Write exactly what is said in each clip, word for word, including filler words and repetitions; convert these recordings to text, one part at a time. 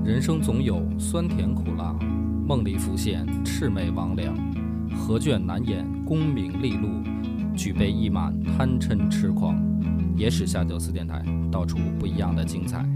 人生总有酸甜苦辣，梦里浮现魑魅魍魉，何卷难掩功名利禄，举杯一满贪嗔痴狂。野史下酒四电台，道出不一样的精彩。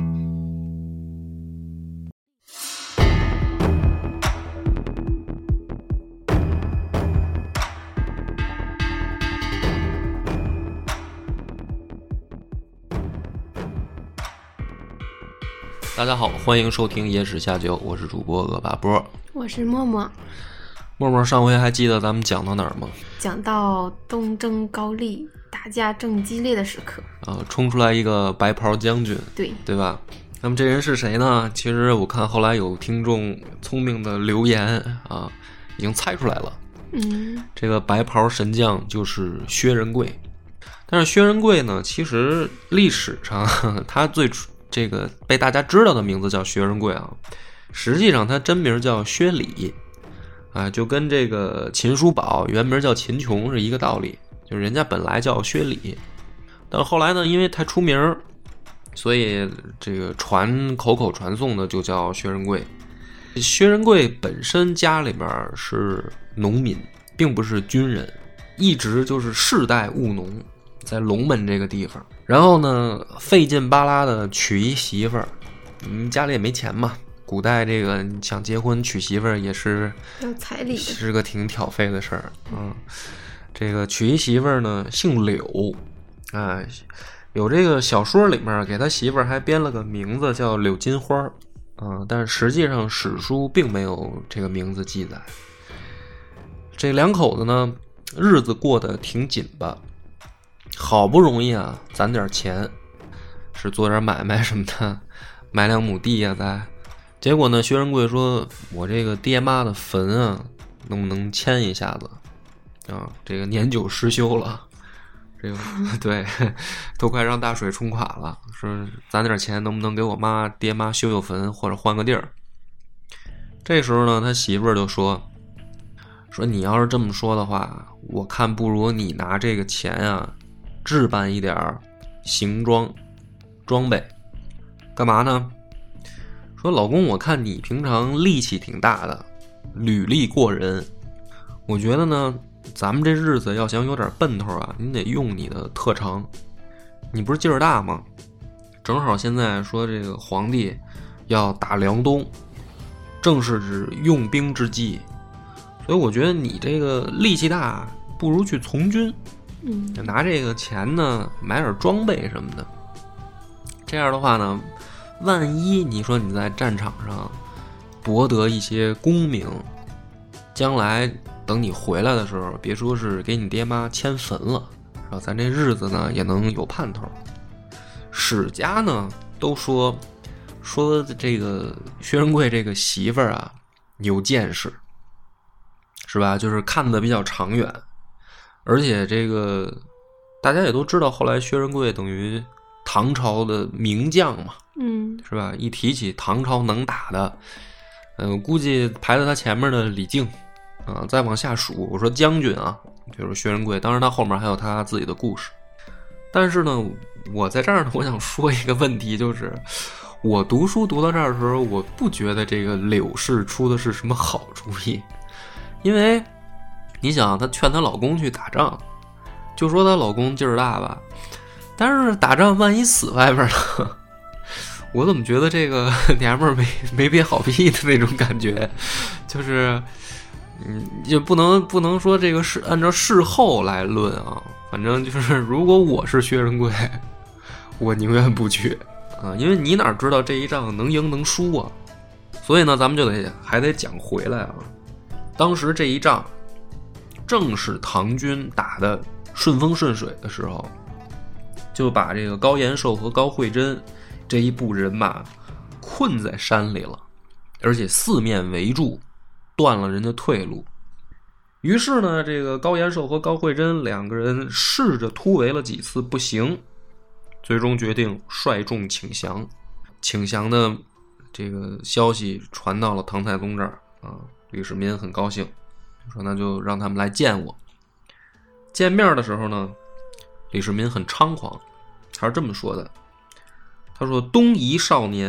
大家好，欢迎收听野史下酒，我是主播恶霸波， 我是默默。 默默，上回还记得咱们讲到哪儿吗？ 讲到东征高丽，打架正激烈的时刻啊，冲出来一个白袍将军， 对对吧？那么这人是谁呢？其实我看后来有听众聪明的留言啊，已经猜出来了。 嗯， 这个白袍神将就是薛仁贵。但是薛仁贵呢，其实历史上他最初这个被大家知道的名字叫薛仁贵啊，实际上他真名叫薛礼啊，就跟这个秦叔宝原名叫秦琼是一个道理，就是人家本来叫薛礼，但后来呢，因为太出名，所以这个传口口传颂的就叫薛仁贵。薛仁贵本身家里面是农民，并不是军人，一直就是世代务农，在龙门这个地方。然后呢，费劲巴拉的娶一媳妇儿，嗯，家里也没钱嘛。古代这个想结婚娶媳妇儿也是有彩礼的， 是个挺挑费的事儿。嗯，这个娶一媳妇儿呢，姓柳，哎，有这个小说里面给他媳妇儿还编了个名字叫柳金花，啊、嗯，但是实际上史书并没有这个名字记载。这两口子呢，日子过得挺紧巴。好不容易啊，攒点钱，是做点买卖什么的，买两亩地啊，再结果呢，薛仁贵说：“我这个爹妈的坟啊，能不能迁一下子啊？这个年久失修了，这个对，都快让大水冲垮了。说攒点钱，能不能给我妈爹妈修修坟，或者换个地儿？”这时候呢，他媳妇儿就说：“说你要是这么说的话，我看不如你拿这个钱啊。”置办一点行装装备，干嘛呢？说老公，我看你平常力气挺大的，履历过人，我觉得呢，咱们这日子要想有点奔头啊，你得用你的特长。你不是劲儿大吗？正好现在说这个皇帝要打辽东，正是指用兵之际，所以我觉得你这个力气大，不如去从军。 嗯， 拿这个钱呢买点装备什么的，这样的话呢，万一你说你在战场上博得一些功名，将来等你回来的时候，别说是给你爹妈迁坟了，然后咱这日子呢也能有盼头。史家呢都说说这个薛仁贵这个媳妇儿啊有见识，是吧？就是看得比较长远。而且这个大家也都知道，后来薛仁贵等于唐朝的名将嘛， 嗯， 是吧？一提起唐朝能打的，嗯、呃，估计排在他前面的李靖啊，再往下数，我说将军啊，就是薛仁贵。当然他后面还有他自己的故事。但是呢，我在这儿呢，我想说一个问题，就是我读书读到这儿的时候，我不觉得这个柳氏出的是什么好主意，因为你想，她劝她老公去打仗，就说她老公劲儿大吧，但是打仗万一死外边呢？我怎么觉得这个娘们儿没没憋好屁的那种感觉，就是，嗯，也不能不能说这个是按照事后来论啊，反正就是如果我是薛仁贵，我宁愿不去啊，因为你哪知道这一仗能赢能输啊？所以呢，咱们就得还得讲回来啊，当时这一仗。正是唐军打得顺风顺水的时候，就把这个高延寿和高慧贞这一部人马困在山里了，而且四面围住，断了人家退路。于是呢，这个高延寿和高慧贞两个人试着突围了几次不行，最终决定率众请降。请降的这个消息传到了唐太宗这儿啊，李世民很高兴。说那就让他们来见我。见面的时候呢，李世民很猖狂，他是这么说的：他说东夷少年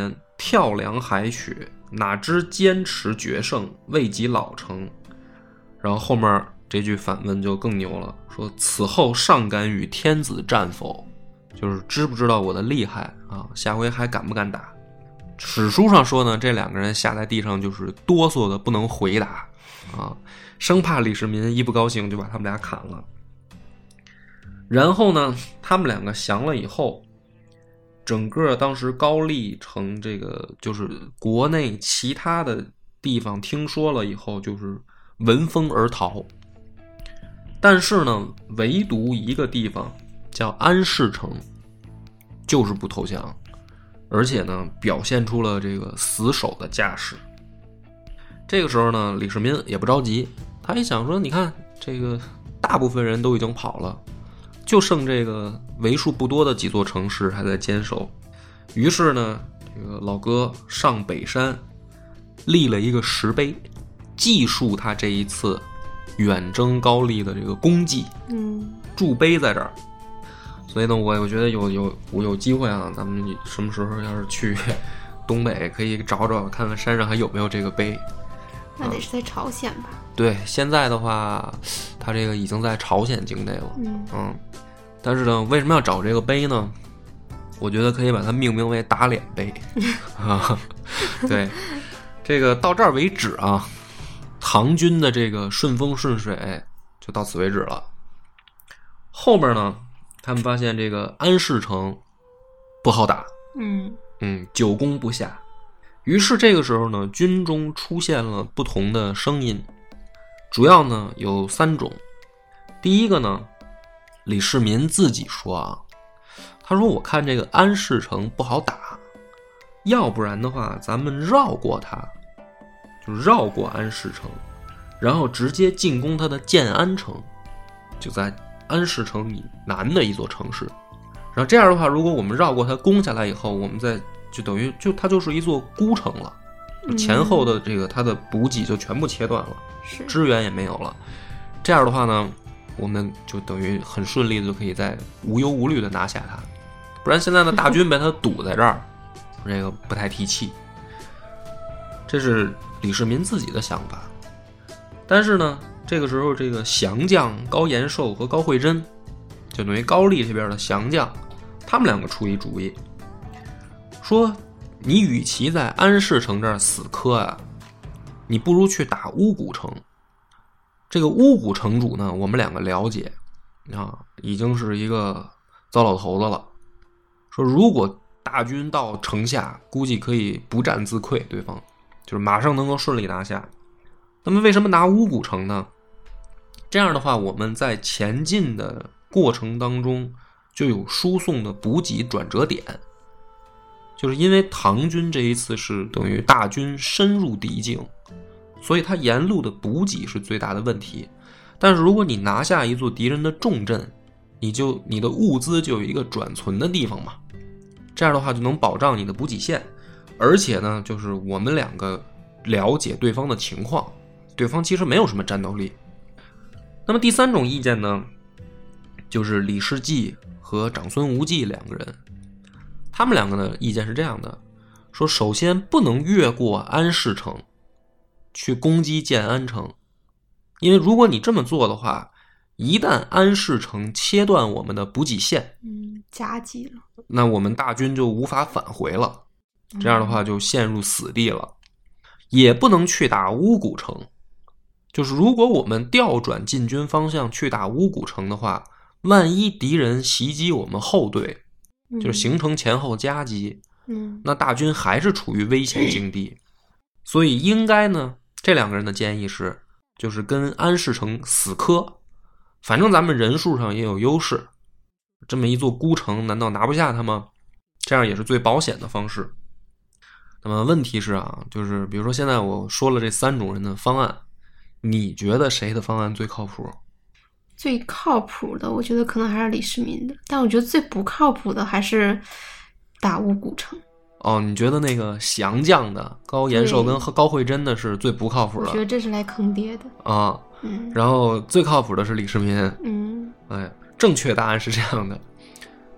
跳梁海雪，哪知坚持决胜，未及老成。然后后面这句反问就更牛了，说此后尚敢与天子战否？就是知不知道我的厉害啊？下回还敢不敢打？史书上说呢，这两个人下在地上就是哆嗦的不能回答啊，生怕李世民一不高兴就把他们俩砍了。然后呢，他们两个降了以后，整个当时高丽城这个就是国内其他的地方听说了以后，就是闻风而逃。但是呢，唯独一个地方叫安市城，就是不投降，而且呢，表现出了这个死守的架势。这个时候呢，李世民也不着急，他一想说，你看这个大部分人都已经跑了，就剩这个为数不多的几座城市还在坚守。于是呢，这个老哥上北山立了一个石碑，记述他这一次远征高丽的这个功绩， 嗯， 筑碑在这儿。所以呢，我我觉得有有我有机会啊，咱们什么时候要是去东北，可以找找看看山上还有没有这个碑。 那得是在朝鲜吧？ 嗯、对，现在的话，他这个已经在朝鲜境内了。 嗯嗯，但是呢，为什么要找这个碑呢？我觉得可以把它命名为打脸碑啊。对，这个到这儿为止啊，唐军的这个顺风顺水就到此为止了。后面呢，他们发现这个安市城不好打， 嗯嗯，久攻不下。于是这个时候呢，军中出现了不同的声音，主要呢有三种。第一个呢，李世民自己说啊，他说我看这个安市城不好打，要不然的话咱们绕过它，就绕过安市城，然后直接进攻它的建安城，就在安市城以南的一座城市。然后这样的话，如果我们绕过它攻下来以后，我们再就等于就它就是一座孤城了，就前后的这个它的补给就全部切断了， 是支援也没有了。这样的话呢，我们就等于很顺利的就可以再无忧无虑的拿下它。不然现在的大军被它堵在这儿，这个不太提气。这是李世民自己的想法。但是呢，这个时候这个降将高延寿和高惠贞，就等于高丽这边的降将，他们两个出一主意，说你与其在安市城这儿死磕啊，你不如去打乌古城。这个乌古城主呢，我们两个了解啊，已经是一个糟老头子了。说如果大军到城下，估计可以不战自溃，对方就是马上能够顺利拿下。那么为什么拿乌古城呢？这样的话，我们在前进的过程当中就有输送的补给转折点。就是因为唐军这一次是等于大军深入敌境，所以它沿路的补给是最大的问题。但是如果你拿下一座敌人的重镇，你就你的物资就有一个转存的地方嘛，这样的话就能保障你的补给线。而且呢，就是我们两个了解对方的情况，对方其实没有什么战斗力。那么第三种意见呢，就是李世继和长孙无忌两个人，他们两个的意见是这样的，说首先不能越过安市城去攻击建安城，因为如果你这么做的话，一旦安市城切断我们的补给线， 嗯，夹击了， 那我们大军就无法返回了，这样的话就陷入死地了。也不能去打乌古城，就是如果我们调转进军方向去打乌古城的话，万一敌人袭击我们后队，就是形成前后夹击， 嗯， 那大军还是处于危险境地。所以应该呢，这两个人的建议是，就是跟安市城死磕，反正咱们人数上也有优势，这么一座孤城难道拿不下它吗？这样也是最保险的方式。那么问题是啊，就是比如说现在我说了这三种人的方案，你觉得谁的方案最靠谱？ 最靠谱的我觉得可能还是李世民的，但我觉得最不靠谱的还是打乌古城。 哦，你觉得那个降将的高延寿跟高惠贞的是最不靠谱的？ 我觉得这是来坑爹的啊。 嗯， 然后最靠谱的是李世民。 嗯， 哎，正确答案是这样的，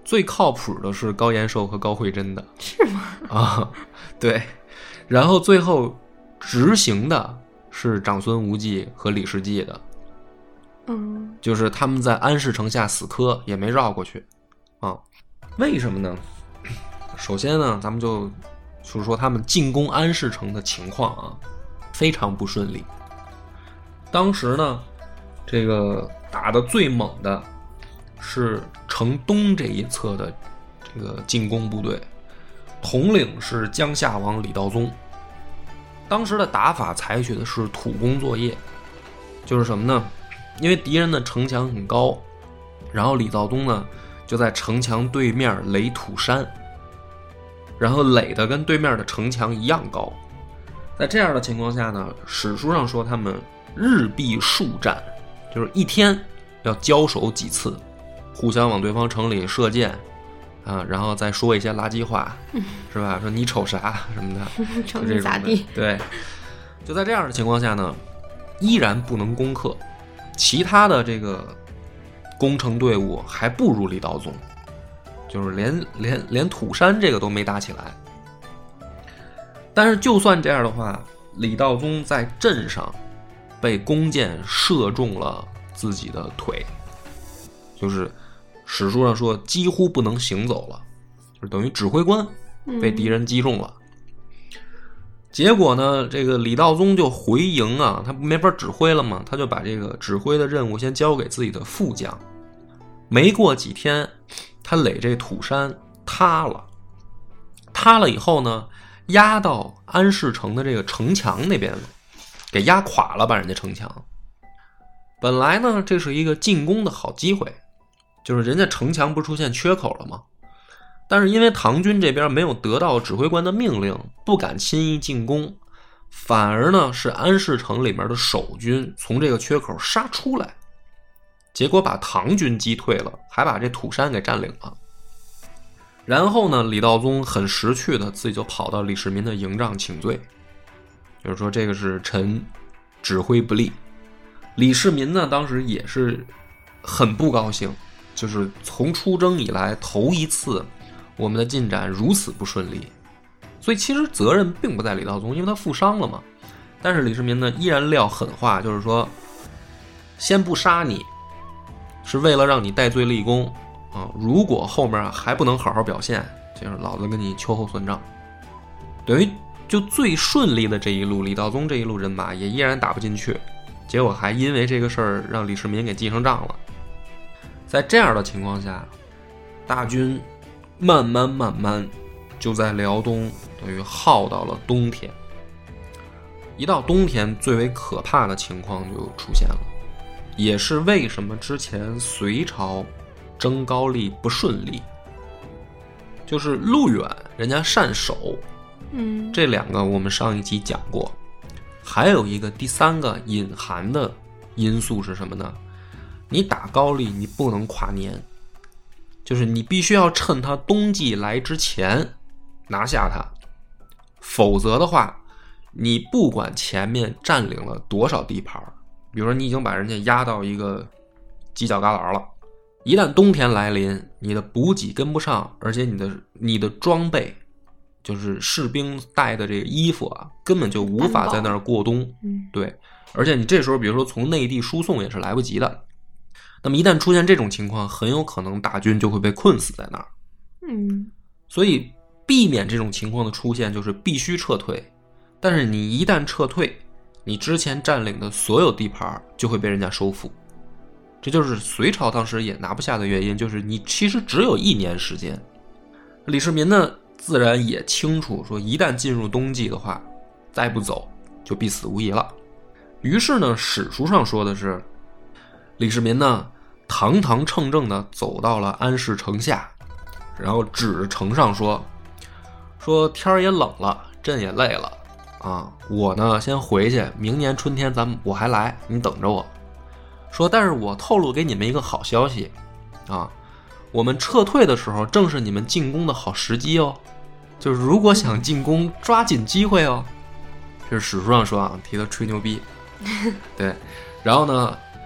最靠谱的是高延寿和高慧贞的。 是吗？ 啊，对。然后最后执行的是长孙无忌和李世继的。 嗯， 就是他们在安市城下死磕，也没绕过去啊。为什么呢？首先呢，咱们就就是说他们进攻安市城的情况啊，非常不顺利。当时呢，这个打得最猛的是城东这一侧的这个进攻部队，统领是江夏王李道宗。当时的打法采取的是土攻作业，就是什么呢？因为敌人的城墙很高，然后李道宗呢就在城墙对面垒土山，然后垒的跟对面的城墙一样高。在这样的情况下呢，史书上说他们日必数战，就是一天要交手几次，互相往对方城里射箭啊，然后再说一些垃圾话，是吧？说你瞅啥什么的， 城里咋地？ 对，就在这样的情况下呢，依然不能攻克。其他的这个攻城队伍还不如李道宗，就是连连连土山这个都没打起来。但是就算这样的话，李道宗在阵上被弓箭射中了自己的腿，就是史书上说几乎不能行走了，就是等于指挥官被敌人击中了。嗯，结果呢，这个李道宗就回营啊，他没法指挥了嘛，他就把这个指挥的任务先交给自己的副将。没过几天，他垒这土山塌了，塌了以后呢，压到安市城的这个城墙那边了，给压垮了，把人家城墙。本来呢，这是一个进攻的好机会，就是人家城墙不出现缺口了吗？但是因为唐军这边没有得到指挥官的命令，不敢轻易进攻，反而呢是安市城里面的守军从这个缺口杀出来，结果把唐军击退了，还把这土山给占领了。然后呢，李道宗很识趣的自己就跑到李世民的营帐请罪，就是说这个是臣指挥不力。李世民呢当时也是很不高兴，就是从出征以来头一次我们的进展如此不顺利，所以其实责任并不在李道宗，因为他负伤了嘛。但是李世民呢依然撂狠话，就是说先不杀你是为了让你戴罪立功啊，如果后面还不能好好表现，就是老子跟你秋后算账。等于就最顺利的这一路，李道宗这一路人马也依然打不进去，结果还因为这个事儿让李世民给记上账了。在这样的情况下，大军慢慢慢慢就在辽东等于耗到了冬天。一到冬天，最为可怕的情况就出现了，也是为什么之前隋朝征高丽不顺利，就是路远人家善守， 嗯， 这两个我们上一集讲过。还有一个第三个隐含的因素是什么呢？你打高丽你不能跨年，就是你必须要趁它冬季来之前拿下它，否则的话你不管前面占领了多少地盘，比如说你已经把人家压到一个犄角旮旯了，一旦冬天来临，你的补给跟不上，而且你的你的装备就是士兵带的这个衣服啊，根本就无法在那儿过冬。 嗯， 对，而且你这时候比如说从内地输送也是来不及的。那么一旦出现这种情况，很有可能大军就会被困死在那儿。 嗯， 所以避免这种情况的出现，就是必须撤退。但是你一旦撤退，你之前占领的所有地盘就会被人家收复。这就是隋朝当时也拿不下的原因，就是你其实只有一年时间。李世民呢自然也清楚说，一旦进入冬季的话，再不走就必死无疑了。于是呢，史书上说的是，李世民呢堂堂正正的走到了安市城下，然后指着城上说说天儿也冷了，朕也累了啊，我呢先回去，明年春天咱们我还来，你等着我。说但是我透露给你们一个好消息啊，我们撤退的时候正是你们进攻的好时机哦，就是如果想进攻抓紧机会哦。这是史书上说啊，替他吹牛逼。对，然后呢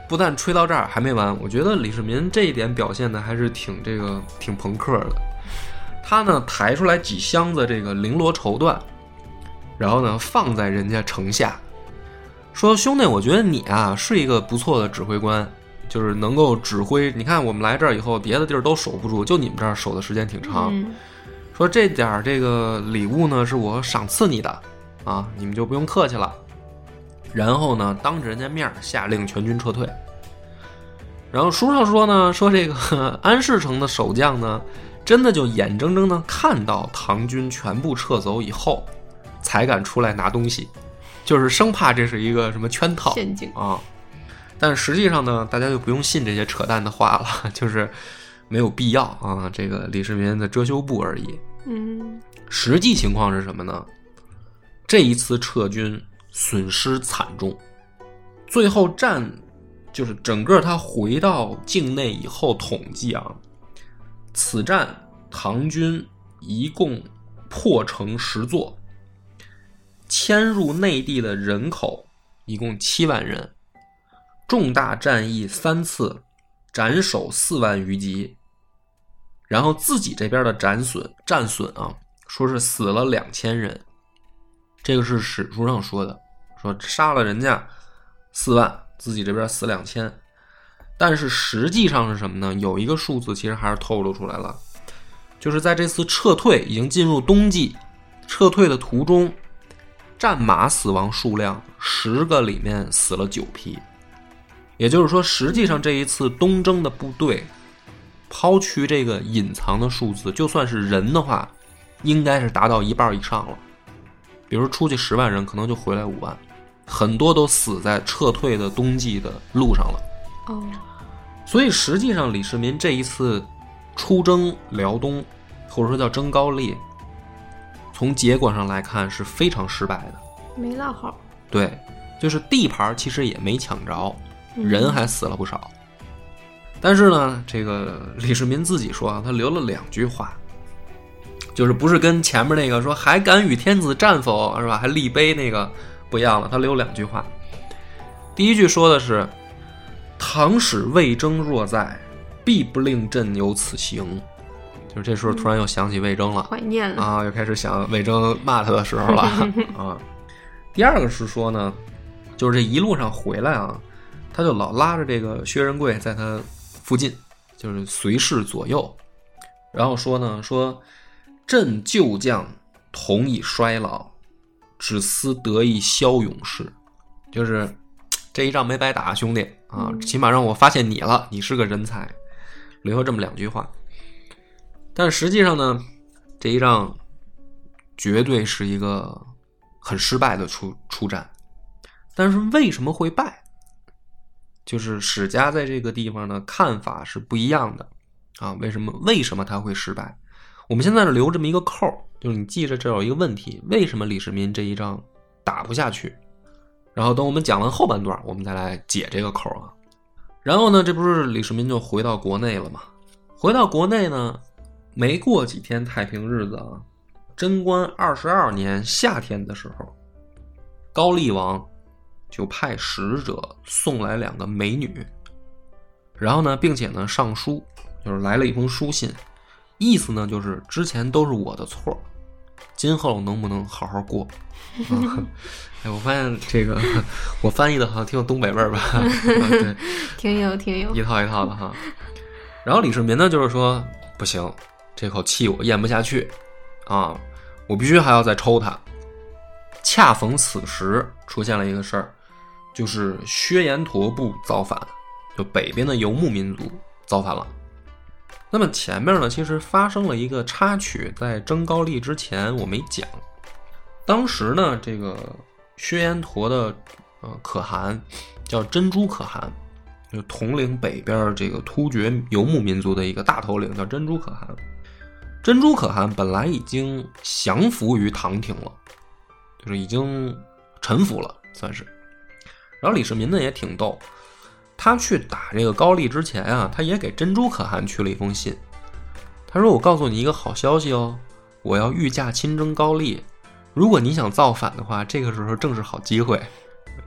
不但吹到这儿还没完，我觉得李世民这一点表现的还是挺这个挺朋克的。他呢抬出来几箱子这个绫罗绸缎，然后呢放在人家城下，说兄弟，我觉得你啊是一个不错的指挥官，就是能够指挥。你看我们来这儿以后，别的地儿都守不住，就你们这儿守的时间挺长。 嗯、 说这点这个礼物呢是我赏赐你的啊，你们就不用客气了。然后呢当着人家面下令全军撤退。然后书上说呢，说这个安市城的守将呢真的就眼睁睁的看到唐军全部撤走以后才敢出来拿东西，就是生怕这是一个什么圈套陷阱啊。但实际上呢大家就不用信这些扯淡的话了，就是没有必要啊，这个李世民的遮羞布而已。 嗯， 实际情况是什么呢？这一次撤军损失惨重，最后战就是整个他回到境内以后统计啊，此战唐军一共破城十座，迁入内地的人口一共七万人，重大战役三次，斩首四万余级。然后自己这边的战损战损啊，说是死了两千人，这个是史书上说的，说杀了人家四万，自己这边死两千。但是实际上是什么呢？有一个数字其实还是透露出来了，就是在这次撤退已经进入冬季，撤退的途中，战马死亡数量十个里面死了九匹。也就是说，实际上这一次东征的部队，抛去这个隐藏的数字，就算是人的话，应该是达到一半以上了。比如出去十万人，可能就回来五万，很多都死在撤退的冬季的路上了。 哦， 所以实际上李世民这一次出征辽东，或者说叫征高丽，从结果上来看是非常失败的， 没落好。 对，就是地盘其实也没抢着，人还死了不少。嗯、但是呢，这个李世民自己说啊，他留了两句话，就是不是跟前面那个说还敢与天子战否是吧，还立碑那个不一样了，他留两句话。第一句说的是，唐使魏征若在，必不令朕有此行。就是这时候突然又想起魏征了， 怀念了啊，又开始想魏征骂他的时候了啊。第二个是说呢，就是这一路上回来啊，他就老拉着这个薛仁贵在他附近，就是随侍左右，然后说呢，说朕旧将同已衰老，只思得一骁勇士，就是这一仗没白打，兄弟啊，起码让我发现你了，你是个人才，留下这么两句话。但实际上呢，这一仗绝对是一个很失败的出出战。但是为什么会败？就是史家在这个地方呢看法是不一样的啊。为什么为什么他会失败？我们现在留这么一个扣，就是你记着这有一个问题，为什么李世民这一仗打不下去？然后等我们讲完后半段，我们再来解这个口啊。然后呢，这不是李世民就回到国内了吗？回到国内呢，没过几天太平日子啊，贞观二十二年夏天的时候，高丽王就派使者送来两个美女，然后呢，并且呢上书，就是来了一封书信，意思呢就是之前都是我的错，今后能不能好好过？啊、哎，我发现这个我翻译的好像挺有东北味儿吧？啊、对， 挺有挺有， 一套一套的哈。然后李世民呢就是说不行，这口气我咽不下去啊，我必须还要再抽他。恰逢此时出现了一个事儿，就是薛延陀部造反，就北边的游牧民族造反了。那么前面呢，其实发生了一个插曲，在征高丽之前我没讲。当时呢，这个薛延陀的呃可汗叫珍珠可汗，就统领北边这个突厥游牧民族的一个大头领，叫珍珠可汗。珍珠可汗本来已经降服于唐廷了，就是已经臣服了，算是。然后李世民呢也挺逗，他去打这个高丽之前啊，他也给珍珠可汗去了一封信。他说：“我告诉你一个好消息哦，我要御驾亲征高丽，如果你想造反的话，这个时候正是好机会。”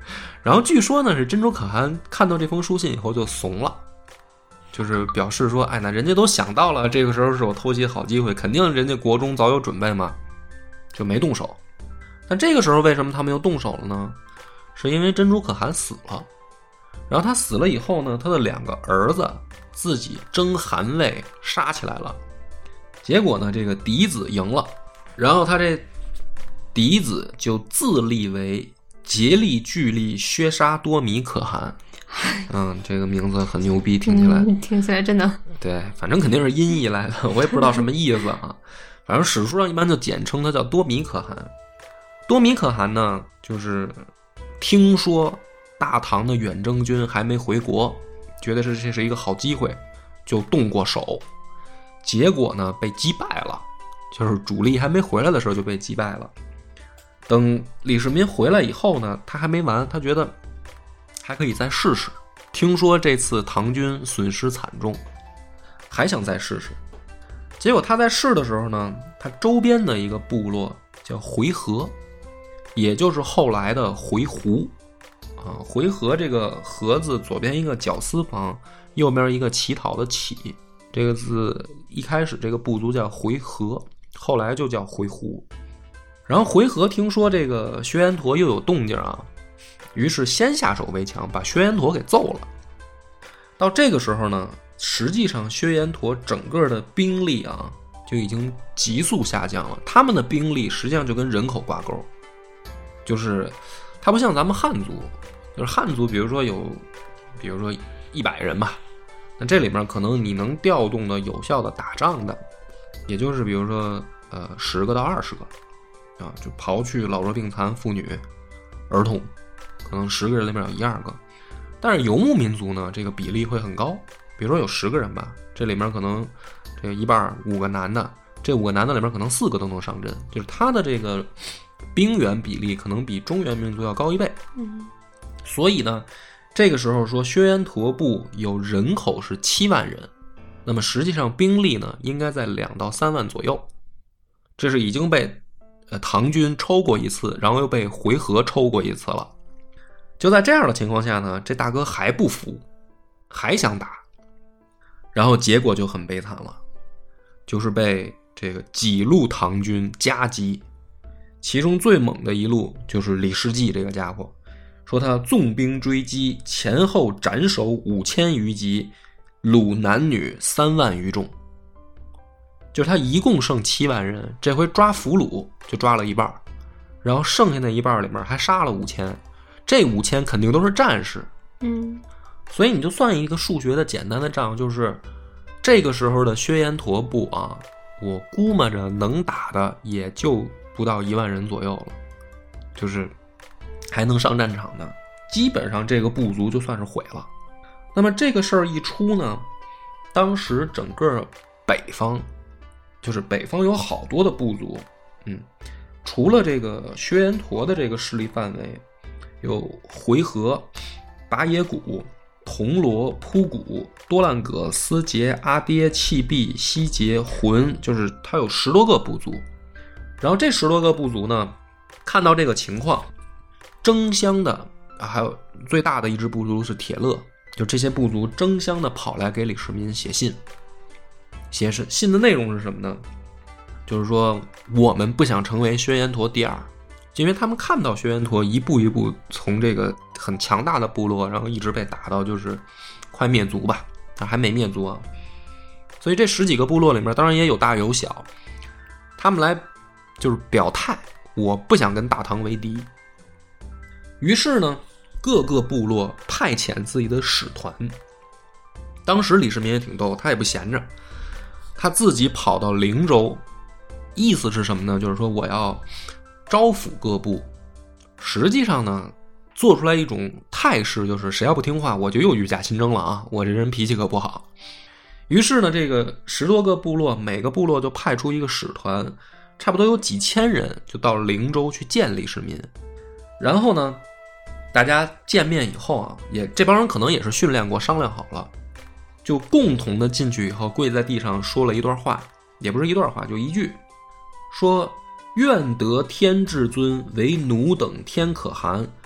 然后据说呢是珍珠可汗看到这封书信以后就怂了，就是表示说，哎，那人家都想到了，这个时候是我偷袭好机会，肯定人家国中早有准备嘛，就没动手。但这个时候为什么他们又动手了呢？是因为珍珠可汗死了，然后他死了以后呢，他的两个儿子自己争汗位杀起来了，结果呢这个嫡子赢了，然后他这嫡子就自立为竭力巨力削杀多米可汗。嗯，这个名字很牛逼，听起来、 嗯、听起来真的对，反正肯定是音译来的，我也不知道什么意思啊。反正史书上一般就简称他叫多米可汗。多米可汗呢，就是听说大唐的远征军还没回国，觉得是这是一个好机会，就动过手，结果呢被击败了，就是主力还没回来的时候就被击败了。等李世民回来以后呢，他还没完，他觉得还可以再试试，听说这次唐军损失惨重，还想再试试。结果他在试的时候呢，他周边的一个部落叫回纥，也就是后来的回鹘啊。回纥这个纥字左边一个绞丝旁，右边一个乞讨的乞，这个字一开始这个部族叫回纥，后来就叫回鹘。然后回纥听说这个薛延陀又有动静啊，于是先下手为强，把薛延陀给揍了。到这个时候呢，实际上薛延陀整个的兵力啊就已经急速下降了，他们的兵力实际上就跟人口挂钩，就是它不像咱们汉族，就是汉族比如说有比如说一百人吧，那这里面可能你能调动的有效的打仗的也就是比如说呃十个到二十个啊，就刨去老弱病残妇女儿童，可能十个人里面有一二个。但是游牧民族呢，这个比例会很高，比如说有十个人吧，这里面可能这个一半五个男的，这五个男的里面可能四个都能上阵，就是他的这个兵员比例可能比中原民族要高一倍。 嗯， 所以呢，这个时候说薛延陀部有人口是七万人，那么实际上兵力呢应该在两到三万左右，这是已经被呃唐军抽过一次，然后又被回纥抽过一次了。就在这样的情况下呢，这大哥还不服，还想打，然后结果就很悲惨了，就是被这个几路唐军夹击，其中最猛的一路就是李世济这个家伙，说他纵兵追击，前后斩首五千余级，虏男女三万余众，就是他一共剩七万人，这回抓俘虏就抓了一半，然后剩下那一半里面还杀了五千，这五千肯定都是战士。 嗯， 所以你就算一个数学的简单的账，就是这个时候的薛延陀部啊，我估摸着能打的也就不到一万人左右了，就是还能上战场的，基本上这个部族就算是毁了。那么这个事儿一出呢，当时整个北方，就是北方有好多的部族，嗯，除了这个薛延陀的这个势力范围，有回纥、拔野谷、铜锣、扑谷、多烂葛、思节、阿爹、契必、西节、浑，就是它有十多个部族。然后这十多个部族呢，看到这个情况，争相的、啊、还有最大的一支部族是铁勒，就这些部族争相的跑来给李世民写信。写信的内容是什么呢？就是说我们不想成为薛延陀第二，因为他们看到薛延陀一步一步从这个很强大的部落，然后一直被打到就是快灭族吧，还没灭族啊。所以这十几个部落里面当然也有大有小，他们来就是表态，我不想跟大唐为敌。于是呢，各个部落派遣自己的使团。当时李世民也挺逗，他也不闲着，他自己跑到灵州，意思是什么呢？就是说我要招抚各部，实际上呢，做出来一种态势，就是谁要不听话，我就又御驾亲征了啊！我这人脾气可不好。于是呢，这个十多个部落，每个部落就派出一个使团，差不多有几千人，就到灵州去见李世民。然后呢，大家见面以后啊，也这帮人可能也是训练过，商量好了，就共同的进去以后，跪在地上说了一段话，也不是一段话，就一句，说愿得天至尊为奴等天可汗，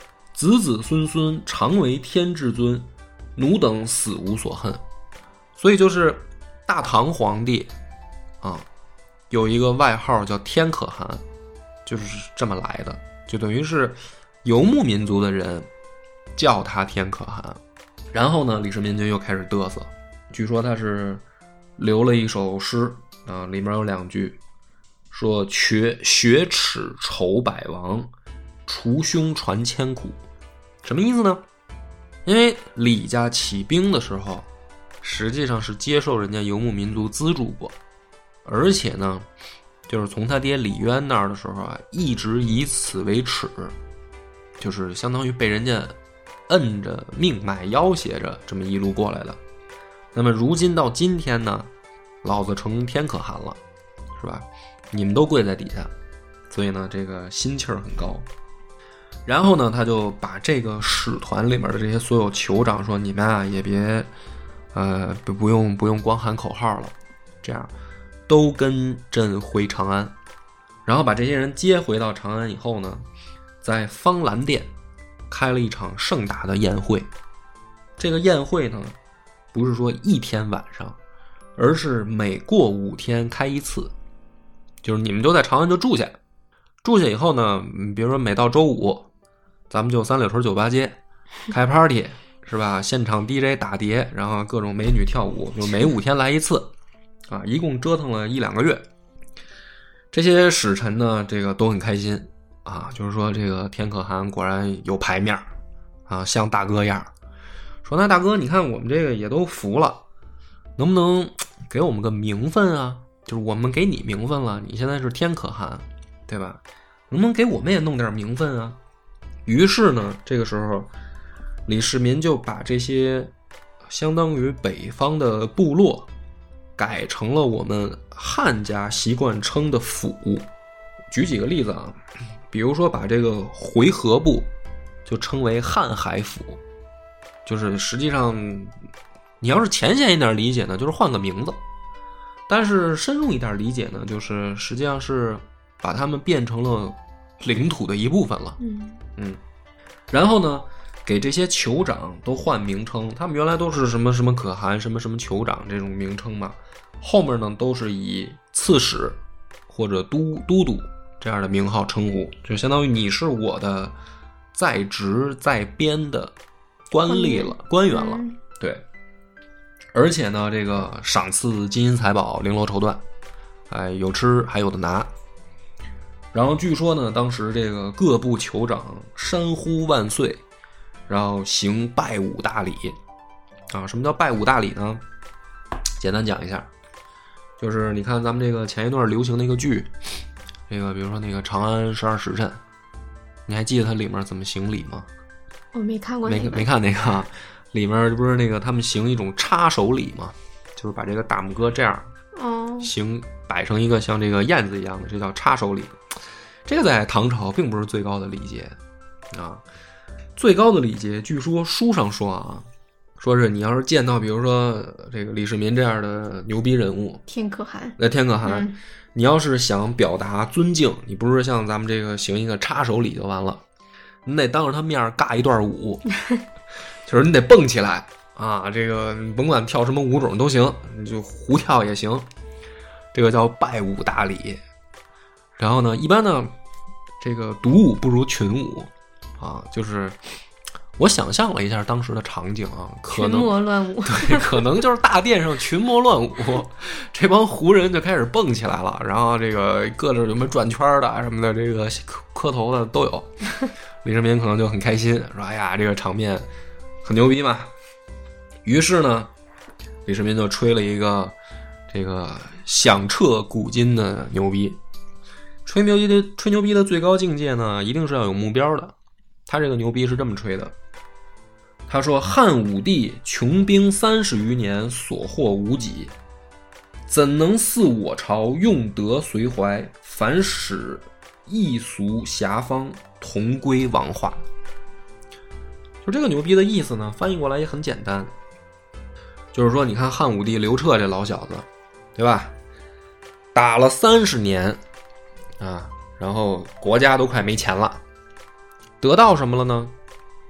子子孙孙常为天至尊，奴等死无所恨。所以就是大唐皇帝啊，有一个外号叫天可汗，就是这么来的，就等于是游牧民族的人叫他天可汗。然后呢，李世民就又开始嘚瑟，据说他是留了一首诗啊，里面有两句说学雪耻仇百王，除凶传千古。什么意思呢？因为李家起兵的时候实际上是接受人家游牧民族资助过，而且呢就是从他爹李渊那儿的时候啊，一直以此为耻，就是相当于被人家摁着命脉要挟着这么一路过来的。那么如今到今天呢，老子成天可汗了，是吧？你们都跪在底下，所以呢这个心气儿很高。然后呢他就把这个使团里面的这些所有酋长说，你们啊也别呃不不用不用光喊口号了，这样都跟朕回长安。然后把这些人接回到长安以后呢，在方兰殿开了一场盛大的宴会。这个宴会呢不是说一天晚上，而是每过五天开一次，就是你们就在长安就住下，住下以后呢，比如说每到周五咱们就三里屯酒吧街开 party 是吧，现场 D J 打碟，然后各种美女跳舞，就每五天来一次啊，一共折腾了一两个月。这些使臣呢这个都很开心啊，就是说这个天可汗果然有牌面啊，像大哥样，说那大哥你看我们这个也都服了，能不能给我们个名分啊，就是我们给你名分了，你现在是天可汗对吧，能不能给我们也弄点名分啊。于是呢这个时候李世民就把这些相当于北方的部落改成了我们汉家习惯称的府。举几个例子啊，比如说把这个回纥部就称为瀚海府，就是实际上你要是浅显一点理解呢，就是换个名字，但是深入一点理解呢，就是实际上是把他们变成了领土的一部分了。 嗯嗯，然后呢给这些酋长都换名称，他们原来都是什么什么可汗什么什么酋长这种名称嘛，后面呢都是以刺史或者都都督这样的名号称呼，就相当于你是我的在职在编的官吏了，官员了。 嗯、 对，而且呢这个赏赐金银财宝绫罗绸缎，哎，有吃还有的拿。然后据说呢当时这个各部酋长山呼万岁，然后行拜武大礼啊。什么叫拜武大礼呢？简单讲一下，就是你看咱们这个前一段流行的一个剧，这个比如说那个《长安十二时辰》，你还记得它里面怎么行礼吗？ 我没看过、那个， 没没看那个，里面不是那个他们行一种插手礼吗？就是把这个大拇哥这样哦行摆成一个像这个燕子一样的，这叫插手礼。这个在唐朝并不是最高的礼节啊，最高的礼节据说书上说啊，说是你要是见到比如说这个李世民这样的牛逼人物， 天可汗， 那天可汗、 嗯、 你要是想表达尊敬，你不是像咱们这个行一个插手礼就完了，你得当着他面尬一段舞就是你得蹦起来啊，这个你甭管跳什么舞种都行，你就胡跳也行，这个叫拜武大礼。然后呢一般呢这个独舞不如群舞啊，就是我想象了一下当时的场景啊，可能群魔乱舞， 对，可能就是大殿上群魔乱舞，这帮胡人就开始蹦起来了，然后这个各种什么转圈的什么的，这个磕头的都有。李世民可能就很开心，说：“哎呀，这个场面很牛逼嘛。”于是呢，李世民就吹了一个这个响彻古今的牛逼。吹牛逼的吹牛逼的最高境界呢，一定是要有目标的。他这个牛逼是这么吹的，他说：“汉武帝穷兵三十余年，所获无几，怎能似我朝用德随怀，反使异俗遐方，同归王化。”就这个牛逼的意思呢，翻译过来也很简单，就是说，你看汉武帝刘彻这老小子，对吧？打了三十年啊，然后国家都快没钱了，得到什么了呢？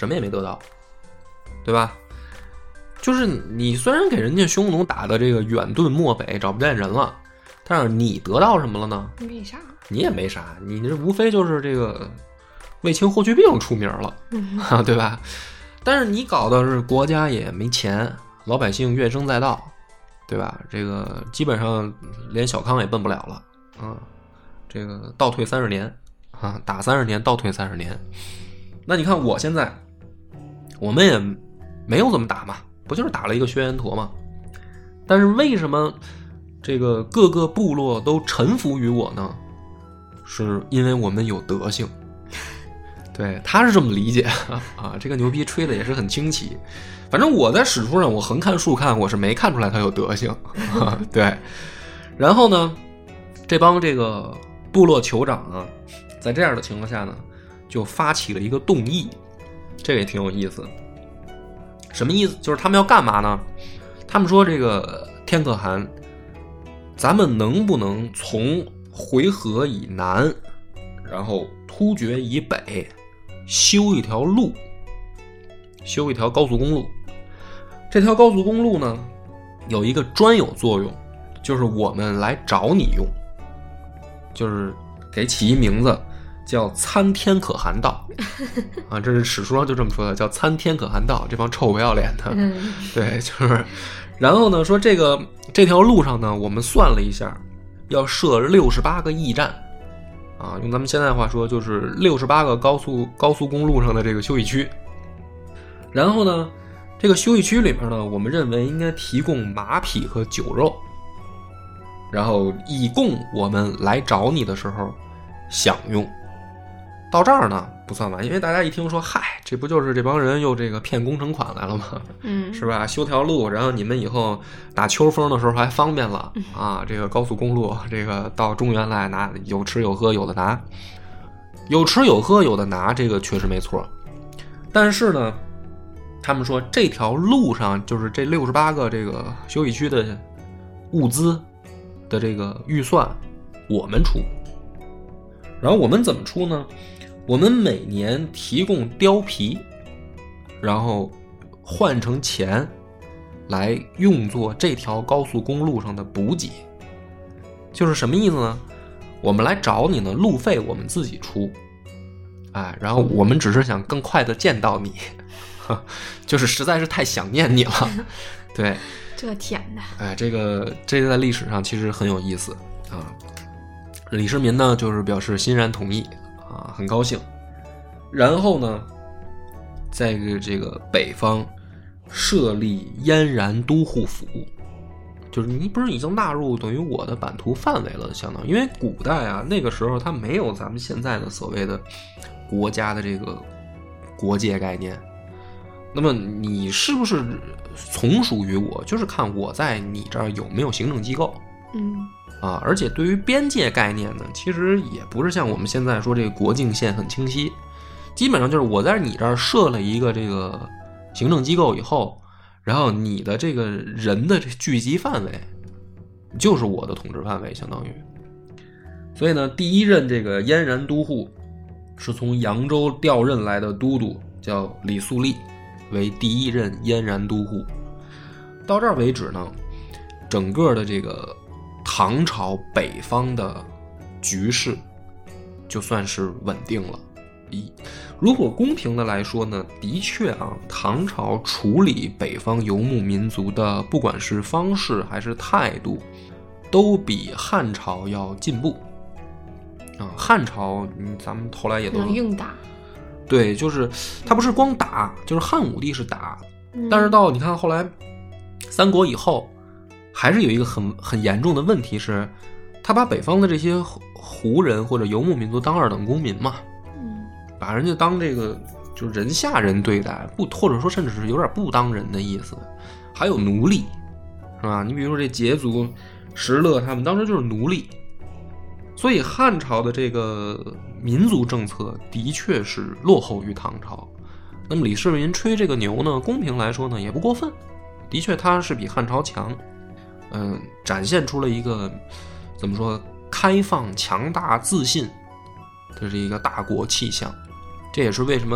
什么也没得到，对吧？就是你虽然给人家匈奴打的这个远遁漠北，找不见人了，但是你得到什么了呢？ 没啥， 你也没啥，你这无非就是这个卫青霍去病出名了， 嗯啊，对吧？但是你搞的是国家也没钱，老百姓怨声载道，对吧？这个基本上连小康也奔不了了啊，这个倒退三十年啊，打三十年倒退三十年。那你看我现在，我们也没有怎么打嘛，不就是打了一个轩辕陀吗？但是为什么这个各个部落都臣服于我呢？是因为我们有德行。对，他是这么理解啊，这个牛逼吹的也是很清奇。反正我在史书上，我横看竖看，我是没看出来他有德行。啊、对，然后呢，这帮这个部落酋长啊，在这样的情况下呢，就发起了一个动议，这个也挺有意思。什么意思？就是他们要干嘛呢？他们说这个天可汗，咱们能不能从回纥以南，然后突厥以北，修一条路，修一条高速公路。这条高速公路呢，有一个专有作用，就是我们来找你用，就是给起一名字叫参天可汗道啊，这是史书上就这么说的，叫参天可汗道。这帮臭不要脸的，对，就是。然后呢，说这个这条路上呢，我们算了一下，要设六十八个驿站。啊，用咱们现在话说，就是六十八个高速高速公路上的这个休息区。然后呢，这个休息区里面呢，我们认为应该提供马匹和酒肉，然后以供我们来找你的时候享用。到这儿呢不算完，因为大家一听说，嗨，这不就是这帮人又这个骗工程款来了吗？ 嗯， 是吧？修条路，然后你们以后打秋风的时候还方便了啊！这个高速公路，这个到中原来拿，有吃有喝有的拿，有吃有喝有的拿，这个确实没错。但是呢，他们说这条路上就是这六十八个这个休息区的物资的这个预算，我们出。然后我们怎么出呢？我们每年提供貂皮，然后换成钱来用作这条高速公路上的补给。就是什么意思呢？我们来找你呢，路费我们自己出，哎，然后我们只是想更快的见到你，就是实在是太想念你了。对， 这天哪！ 哎，这个这个在历史上其实很有意思啊。李世民呢，就是表示欣然同意啊，很高兴。然后呢，在这个北方设立燕然都护府，就是你不是已经纳入等于我的版图范围了，相当于因为古代啊，那个时候它没有咱们现在的所谓的国家的这个国界概念。那么你是不是从属于我，就是看我在你这儿有没有行政机构。 嗯。 啊，而且对于边界概念呢，其实也不是像我们现在说这个国境线很清晰，基本上就是我在你这儿设了一个这个行政机构以后，然后你的这个人的聚集范围就是我的统治范围，相当于。所以呢，第一任这个燕然都护是从扬州调任来的都督，叫李素丽，为第一任燕然都护。到这儿为止呢，整个的这个唐朝北方的局势就算是稳定了。一，如果公平的来说呢，的确啊，唐朝处理北方游牧民族的不管是方式还是态度，都比汉朝要进步啊。汉朝，嗯，咱们后来也都能硬打， 对，就是他不是光打，就是汉武帝是打， 嗯、 但是到你看后来三国以后。还是有一个很很严重的问题是，他把北方的这些胡人或者游牧民族当二等公民嘛， 嗯， 把人家当这个就是人下人对待，不或者说甚至是有点不当人的意思。还有奴隶，是吧？你比如说这羯族、石勒他们当时就是奴隶，所以汉朝的这个民族政策的确是落后于唐朝。那么李世民吹这个牛呢，公平来说呢也不过分，的确他是比汉朝强。嗯，展现出了一个怎么说开放、强大、自信的这一个大国气象。这也是为什么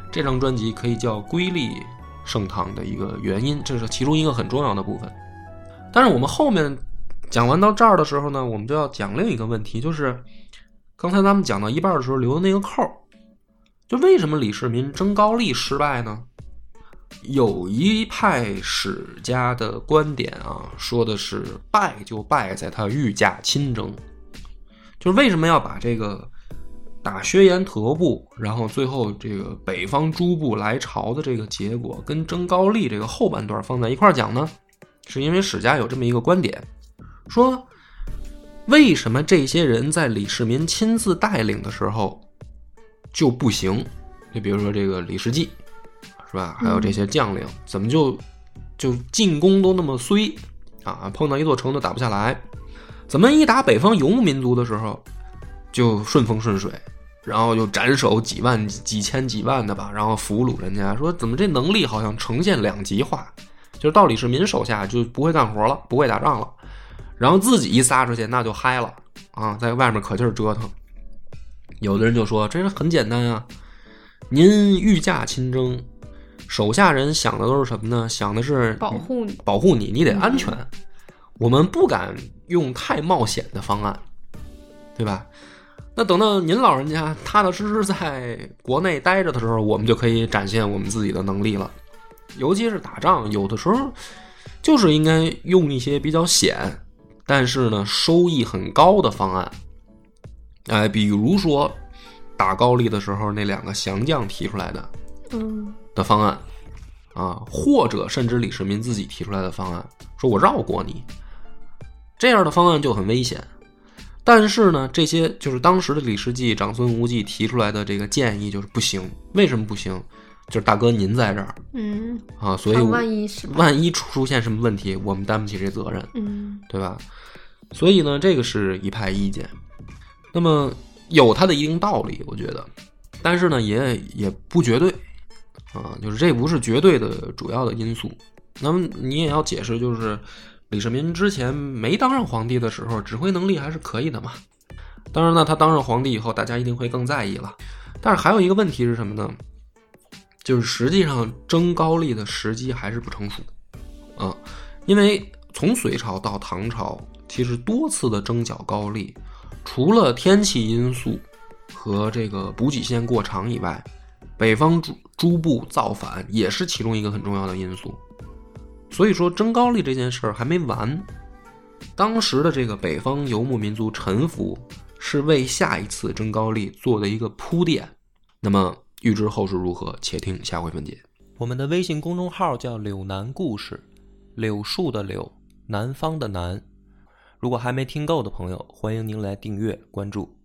这张专辑可以叫瑰丽盛唐的一个原因，这是其中一个很重要的部分。但是我们后面讲完到这儿的时候呢，我们就要讲另一个问题，就是刚才咱们讲到一半的时候留的那个扣，就为什么李世民征高丽失败呢？有一派史家的观点啊，说的是败就败在他御驾亲征，就是为什么要把这个打薛延陀部，然后最后这个北方诸部来朝的这个结果跟征高丽这个后半段放在一块讲呢？是因为史家有这么一个观点，说为什么这些人在李世民亲自带领的时候就不行？就比如说这个李世绩是吧，还有这些将领、嗯、怎么就就进攻都那么衰啊，碰到一座城都打不下来，怎么一打北方游牧民族的时候就顺风顺水，然后就斩首几万几千几万的吧，然后俘虏人家，说怎么这能力好像呈现两极化，就是到李世民手下就不会干活了，不会打仗了，然后自己一撒出去那就嗨了啊，在外面可劲儿折腾。有的人就说这很简单啊，您御驾亲征，手下人想的都是什么呢？想的是保护你， 保护你，你得安全、嗯、我们不敢用太冒险的方案，对吧？那等到您老人家踏踏实实在国内待着的时候，我们就可以展现我们自己的能力了。尤其是打仗，有的时候就是应该用一些比较险但是呢收益很高的方案。哎，比如说打高丽的时候那两个降将提出来的嗯的方案啊，或者甚至李世民自己提出来的方案，说我绕过你，这样的方案就很危险。但是呢，这些就是当时的李世绩、长孙无忌提出来的这个建议就是不行。为什么不行？就是大哥您在这儿，嗯啊，所以万一是万一出现什么问题，我们担不起这责任， 嗯， 对吧？所以呢，这个是一派意见。那么有它的一定道理，我觉得，但是呢，也也不绝对啊，就是这不是绝对的主要的因素。那么你也要解释，就是李世民之前没当上皇帝的时候，指挥能力还是可以的嘛。当然呢，他当上皇帝以后，大家一定会更在意了。但是还有一个问题是什么呢？就是实际上征高丽的时机还是不成熟啊，因为从隋朝到唐朝，其实多次的征剿高丽，除了天气因素和这个补给线过长以外，北方诸部造反也是其中一个很重要的因素。所以说征高丽这件事儿还没完，当时的这个北方游牧民族臣服是为下一次征高丽做的一个铺垫。那么预知后事如何，且听下回分解。 我们的微信公众号叫柳南故事，柳树的柳，南方的南。如果还没听够的朋友，欢迎您来订阅关注。